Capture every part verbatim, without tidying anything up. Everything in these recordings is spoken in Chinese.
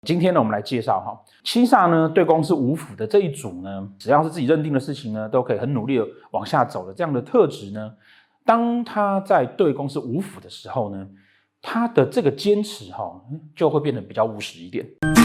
今天呢，我们来介绍哈七煞呢对宫是五辅的这一组呢，只要是自己认定的事情呢，都可以很努力的往下走的这样的特质呢，当他在对宫是五辅的时候呢，他的这个坚持哈就会变得比较务实一点。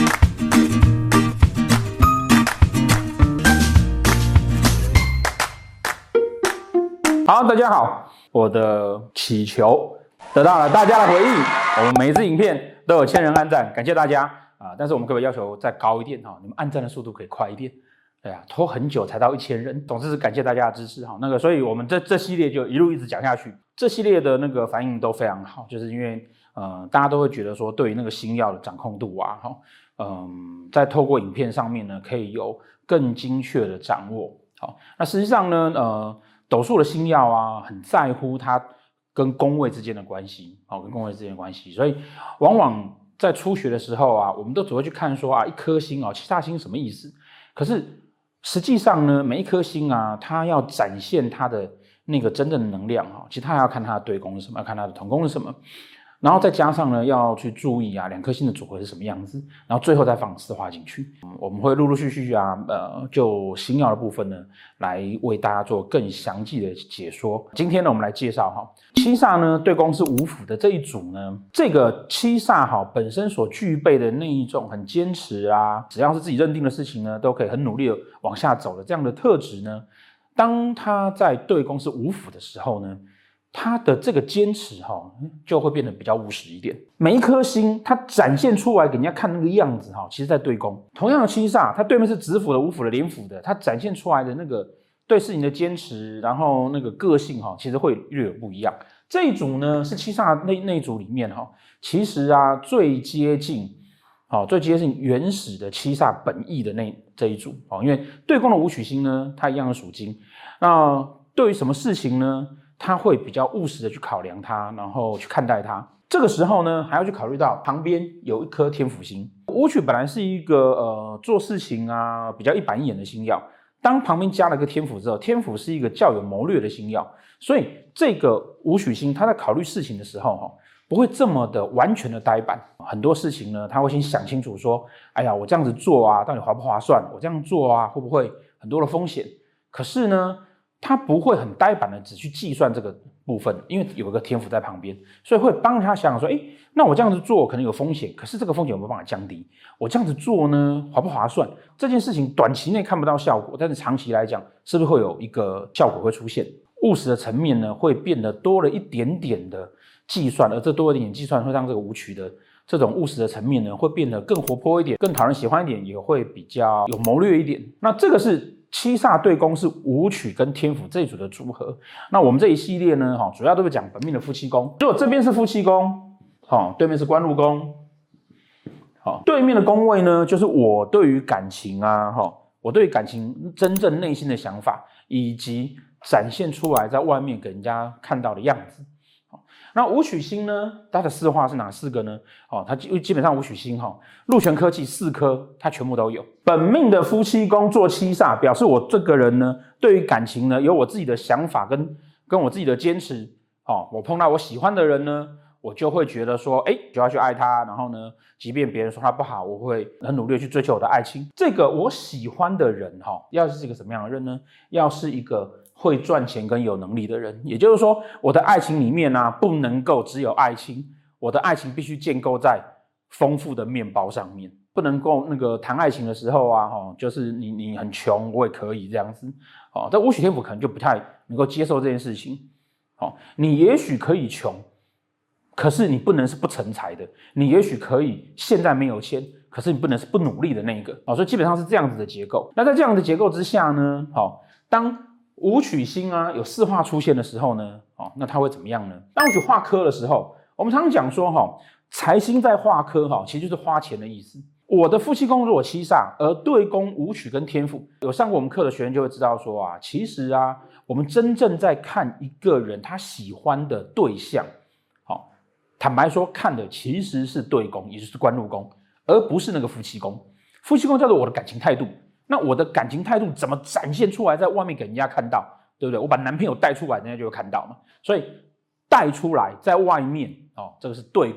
好，大家好，我的祈求得到了大家的回应，我们每一支影片都有千人按赞，感谢大家。啊，但是我们可不可以要求再高一点哈？你们按赞的速度可以快一点，对啊，拖很久才到一千人。总之是感谢大家的支持哈。那个，所以我们这这系列就一路一直讲下去，这系列的那个反应都非常好，就是因为呃大家都会觉得说，对于那个星曜的掌控度啊，哈，嗯，在透过影片上面呢，可以有更精确的掌握。好，那实际上呢，呃，斗数的星曜啊，很在乎它跟宫位之间的关系，好，跟宫位之间的关系，所以往往在初学的时候啊，我们都只会去看说啊，一颗星哦，七煞星什么意思？可是实际上呢，每一颗星啊，它要展现它的那个真正的能量啊，其实它要看它的对宫是什么，要看它的同宫是什么，然后再加上呢，要去注意啊，两颗星的组合是什么样子，然后最后再放四化进去。嗯，我们会陆陆续续啊，呃，就星曜的部分呢，来为大家做更详细的解说。今天呢，我们来介绍哈。七煞呢对宫是五辅的这一组呢，这个七煞哈本身所具备的那一种很坚持啊，只要是自己认定的事情呢，都可以很努力的往下走的这样的特质呢，当他在对宫是五辅的时候呢，他的这个坚持哈就会变得比较务实一点。每一颗星它展现出来给人家看那个样子哈，其实在对宫，同样的七煞，它对面是子辅的、午辅的、廉辅的，它展现出来的那个对事情的坚持，然后那个个性哈，其实会略有不一样。这一组呢是七煞那那一组里面哈，其实啊最接近，好最接近原始的七煞本意的那这一组哦，因为对宫的武曲星呢，它一样的属金，那对于什么事情呢，它会比较务实的去考量它，然后去看待它。这个时候呢，还要去考虑到旁边有一颗天府星。武曲本来是一个呃做事情啊比较一板一眼的星曜。当旁边加了个天府之后，天府是一个较有谋略的星曜，所以这个武曲星他在考虑事情的时候不会这么的完全的呆板，很多事情呢他会先想清楚说，哎呀我这样子做啊到底划不划算，我这样做啊会不会很多的风险，可是呢他不会很呆板的只去计算这个部分，因为有一个天府在旁边，所以会帮他想说，哎，那我这样子做可能有风险，可是这个风险有没有办法降低？我这样子做呢，划不划算？这件事情短期内看不到效果，但是长期来讲，是不是会有一个效果会出现？务实的层面呢，会变得多了一点点的计算，而这多了一点计算会让这个武曲的这种务实的层面呢，会变得更活泼一点，更讨人喜欢一点，也会比较有谋略一点。那这个是七煞对宫是武曲跟天府这一组的组合。那我们这一系列呢，主要都是讲本命的夫妻宫。如果这边是夫妻宫，对面是官禄宫，对面的宫位呢，就是我对于感情啊，我对于感情真正内心的想法，以及展现出来在外面给人家看到的样子。那武曲星呢，它的四化是哪四个呢？哦，它基本上武曲星哈，禄权科技四颗，它全部都有。本命的夫妻宫做七煞，表示我这个人呢，对于感情呢，有我自己的想法跟跟我自己的坚持。哦，我碰到我喜欢的人呢，我就会觉得说，哎，就要去爱他。然后呢，即便别人说他不好，我会很努力去追求我的爱情。这个我喜欢的人哈，要是一个什么样的人呢？要是一个会赚钱跟有能力的人，也就是说，我的爱情里面呢、啊，不能够只有爱情，我的爱情必须建构在丰富的面包上面，不能够那个谈爱情的时候啊，哦、就是你你很穷，我也可以这样子，哦，但武曲天府可能就不太能够接受这件事情，哦，你也许可以穷，可是你不能是不成才的，你也许可以现在没有钱，可是你不能是不努力的那一个，哦，所以基本上是这样子的结构。那在这样的结构之下呢，哦，当武曲星啊有四化出现的时候呢，哦，那它会怎么样呢？当武曲化科的时候，我们常常讲说，哈、哦，财星在化科，哈、哦，其实就是花钱的意思。我的夫妻宫如果七煞，而对宫武曲跟天府，有上过我们课的学员就会知道说啊，其实啊，我们真正在看一个人他喜欢的对象，好、哦，坦白说，看的其实是对宫，也就是官禄宫，而不是那个夫妻宫。夫妻宫叫做我的感情态度。那我的感情态度怎么展现出来，在外面给人家看到，对不对？我把男朋友带出来，人家就会看到嘛。所以带出来在外面哦，这个是对宫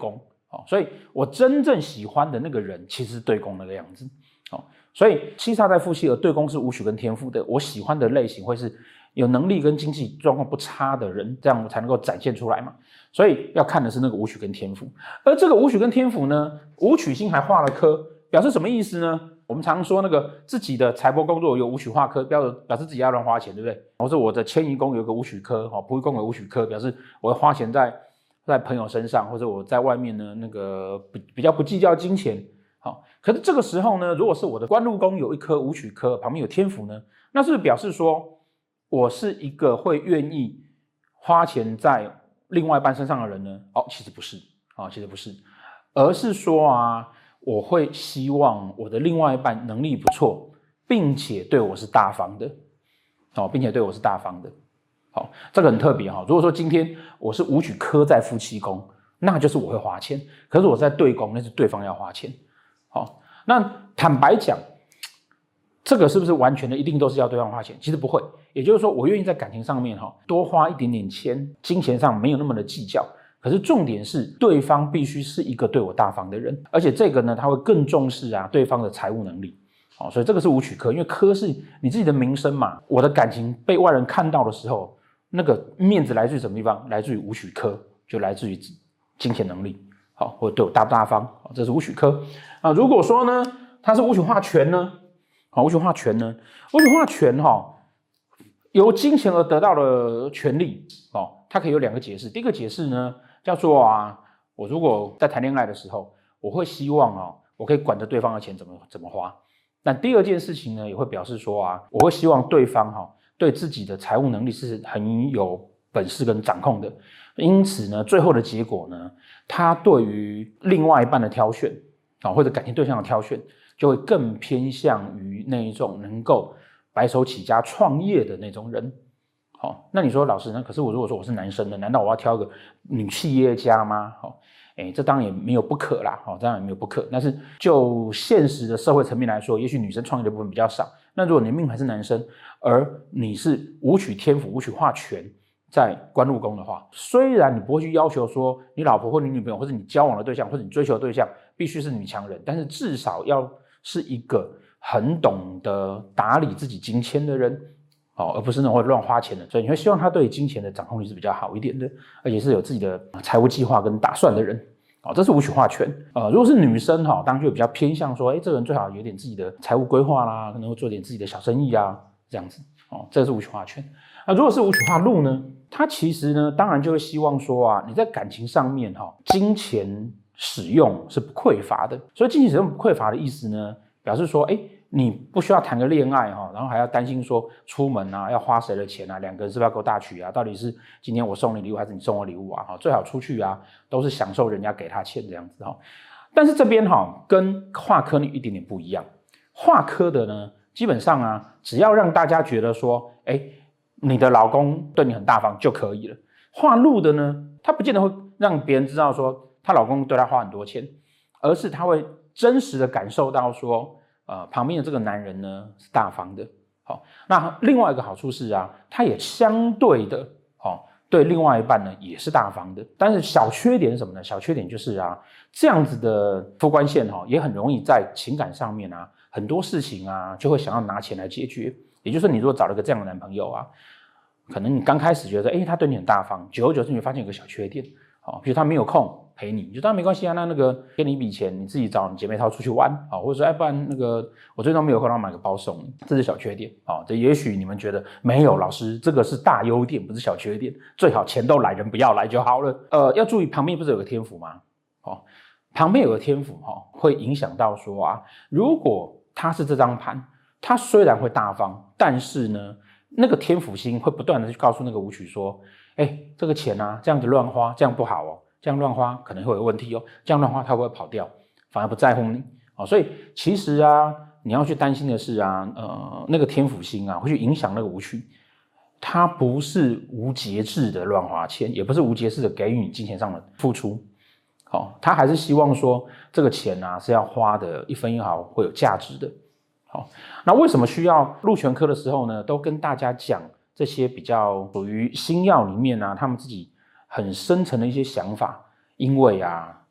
哦，所以我真正喜欢的那个人其实是对宫那个样子。哦，所以七煞在夫妻，而对宫是武曲跟天府的，我喜欢的类型会是有能力跟经济状况不差的人，这样才能够展现出来嘛。所以要看的是那个武曲跟天府，而这个武曲跟天府呢，武曲星还化了科，表示什么意思呢？我们常说那个自己的财帛工作有武曲化科，表表示自己要乱花钱，对不对？或者我的迁移宫有个武曲科，哦，仆役宫有武曲科，表示我会花钱在在朋友身上，或者我在外面呢那个比比较不计较金钱。好，可是这个时候呢，如果是我的官禄宫有一颗武曲科，旁边有天府呢，那是不是表示说我是一个会愿意花钱在另外一半身上的人呢？哦，其实不是啊，其实不是，而是说啊，我会希望我的另外一半能力不错，并且对我是大方的，哦，并且对我是大方的。好，这个很特别哈。如果说今天我是武曲科在夫妻宫，那就是我会花钱；可是我在对宫，那是对方要花钱。好，那坦白讲，这个是不是完全的一定都是要对方花钱？其实不会，也就是说，我愿意在感情上面哈多花一点点钱，金钱上没有那么的计较。可是重点是，对方必须是一个对我大方的人，而且这个呢，他会更重视啊对方的财务能力。好，所以这个是武曲科，因为科是你自己的名声嘛。我的感情被外人看到的时候，那个面子来自于什么地方？来自于武曲科，就来自于金钱能力。好，或者对我大不大方，这是武曲科啊。如果说呢，它是武曲化权呢？好，武曲化权呢？武曲化权哈、哦，由金钱而得到的权利哦，它可以有两个解释。第一个解释呢，叫做啊，我如果在谈恋爱的时候，我会希望哦，我可以管着对方的钱怎么怎么花。那第二件事情呢，也会表示说啊，我会希望对方哈、哦，对自己的财务能力是很有本事跟掌控的。因此呢，最后的结果呢，他对于另外一半的挑选啊，或者感情对象的挑选，就会更偏向于那一种能够白手起家创业的那种人。好，那你说老师，那可是我如果说我是男生呢，难道我要挑一个女企业家吗？好，哎，这当然也没有不可啦，好，当然也没有不可。但是就现实的社会层面来说，也许女生创业的部分比较少。那如果你的命还是男生，而你是武曲天府、武曲化权在官禄宫的话，虽然你不会去要求说你老婆或你女朋友或者你交往的对象或者你追求的对象必须是女强人，但是至少要是一个很懂得打理自己金钱的人，哦，而不是那种会乱花钱的。所以你会希望他对金钱的掌控力是比较好一点的，而且是有自己的财务计划跟打算的人。哦，这是武曲化权。呃，如果是女生哈、哦，当然就比较偏向说，哎，这个人最好有点自己的财务规划啦，可能会做点自己的小生意啊，这样子。哦，这是武曲化权。那如果是武曲化禄呢？他其实呢，当然就会希望说啊，你在感情上面哈、哦，金钱使用是不匮乏的。所以金钱使用不匮乏的意思呢，表示说，哎，你不需要谈个恋爱哈、哦，然后还要担心说出门啊要花谁的钱啊，两个人是不是要够大取啊？到底是今天我送你礼物还是你送我礼物啊？哈，最好出去啊，都是享受人家给他钱这样子哈、哦。但是这边哈、哦，跟化科有一点点不一样。化科的呢，基本上啊，只要让大家觉得说，哎，你的老公对你很大方就可以了。化禄的呢，他不见得会让别人知道说她老公对她花很多钱，而是他会真实的感受到说，呃，旁边的这个男人呢是大方的。好，那另外一个好处是啊，他也相对的，哦，对另外一半呢也是大方的。但是小缺点是什么呢？小缺点就是啊，这样子的夫官线哈、哦，也很容易在情感上面啊，很多事情啊就会想要拿钱来解决。也就是说，你如果找了个这样的男朋友啊，可能你刚开始觉得，哎，他对你很大方，久而久之你会发现有个小缺点，好，比如他没有空陪你，你就当然没关系啊，那那个给你一笔钱，你自己找你姐妹淘出去玩，好，或者说，哎，不然那个我最终没有空，让买个包送你，这是小缺点，好，这也许你们觉得没有，老师这个是大优点，不是小缺点，最好钱都来，人不要来就好了。呃，要注意旁边不是有个天府吗？好，旁边有个天府哈，会影响到说啊，如果他是这张盘。他虽然会大方，但是呢，那个天府星会不断的去告诉那个武曲说，哎，这个钱啊，这样子乱花，这样不好哦，这样乱花可能会有问题哦，这样乱花他会不会跑掉，反而不在乎你哦。所以其实啊，你要去担心的是啊，呃，那个天府星啊，会去影响那个武曲，他不是无节制的乱花钱，也不是无节制的给予你金钱上的付出，好、哦，他还是希望说这个钱啊是要花的一分一毫会有价值的。好，那为什么需要禄全科的时候呢？都跟大家讲这些比较属于星曜里面啊，他们自己很深层的一些想法。因为啊，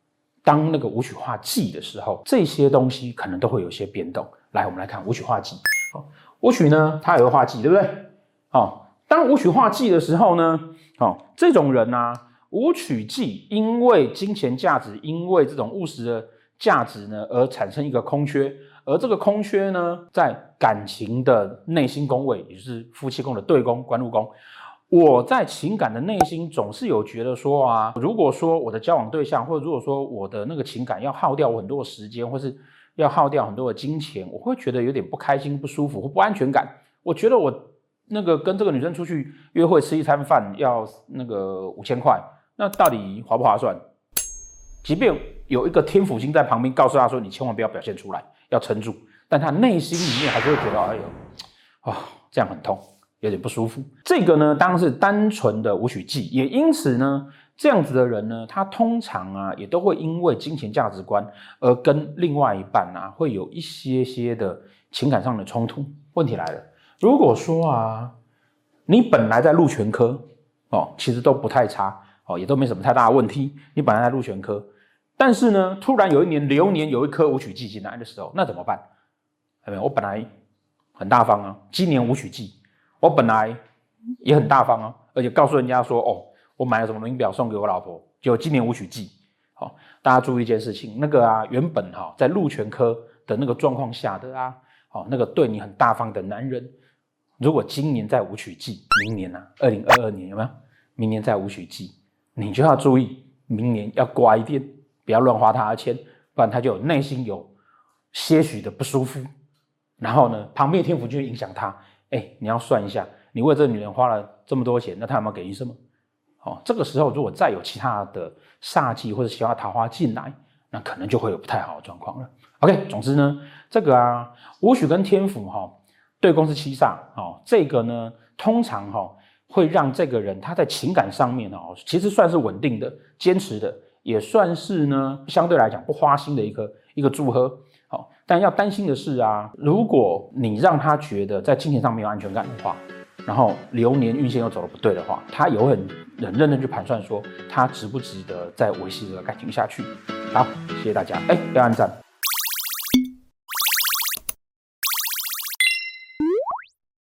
当那个武曲化忌的时候，这些东西可能都会有一些变动。来，我们来看武曲化忌。哦，武曲呢，它有个化忌，对不对？哦，当武曲化忌的时候呢，哦，这种人啊，武曲忌因为金钱价值，因为这种务实的价值呢，而产生一个空缺。而这个空缺呢，在感情的内心宫位，也就是夫妻宫的对宫、官禄宫。我在情感的内心总是有觉得说啊，如果说我的交往对象，或者如果说我的那个情感要耗掉我很多的时间，或是要耗掉很多的金钱，我会觉得有点不开心、不舒服或不安全感。我觉得我那个跟这个女生出去约会吃一餐饭要那个五千块，那到底划不划算？即便有一个天府星在旁边告诉他说，你千万不要表现出来，要撑住，但他内心里面还是会觉得，哎呦，啊、哦，这样很痛。有点不舒服。这个呢，当然是单纯的武曲忌，也因此呢，这样子的人呢，他通常啊，也都会因为金钱价值观而跟另外一半啊，会有一些些的情感上的冲突。问题来了，如果说啊，你本来在禄全科哦，其实都不太差哦，也都没什么太大的问题，你本来在禄全科，但是呢，突然有一年流年有一颗武曲忌进来的时候，那怎么办？有没有？我本来很大方啊，今年武曲忌。我本来也很大方啊，而且告诉人家说，哦，我买了什么名表送给我老婆，结果今年武曲忌。好、哦，大家注意一件事情，那个啊，原本哈、哦、在禄全科的那个状况下的啊，哦，那个对你很大方的男人，如果今年在武曲忌，明年啊，二零二二年有没有？明年在武曲忌，你就要注意，明年要乖一点，不要乱花他的钱，不然他就有内心有些许的不舒服。然后呢，旁边的天府就会影响他。哎，你要算一下，你为这个女人花了这么多钱，那她有没有给你什么？哦，这个时候如果再有其他的煞气或者其他桃花进来，那可能就会有不太好的状况了。OK， 总之呢，这个啊，武曲跟天府哈、哦、对宫是七煞哦，这个呢通常哈、哦、会让这个人他在情感上面哦，其实算是稳定的、坚持的，也算是呢相对来讲不花心的一个一个组合。好，但要担心的是啊，如果你让他觉得在金钱上没有安全感的话，然后流年运线又走得不对的话，他也会很很认真去盘算说，他值不值得再维系这个感情下去。好，谢谢大家，哎，要按赞。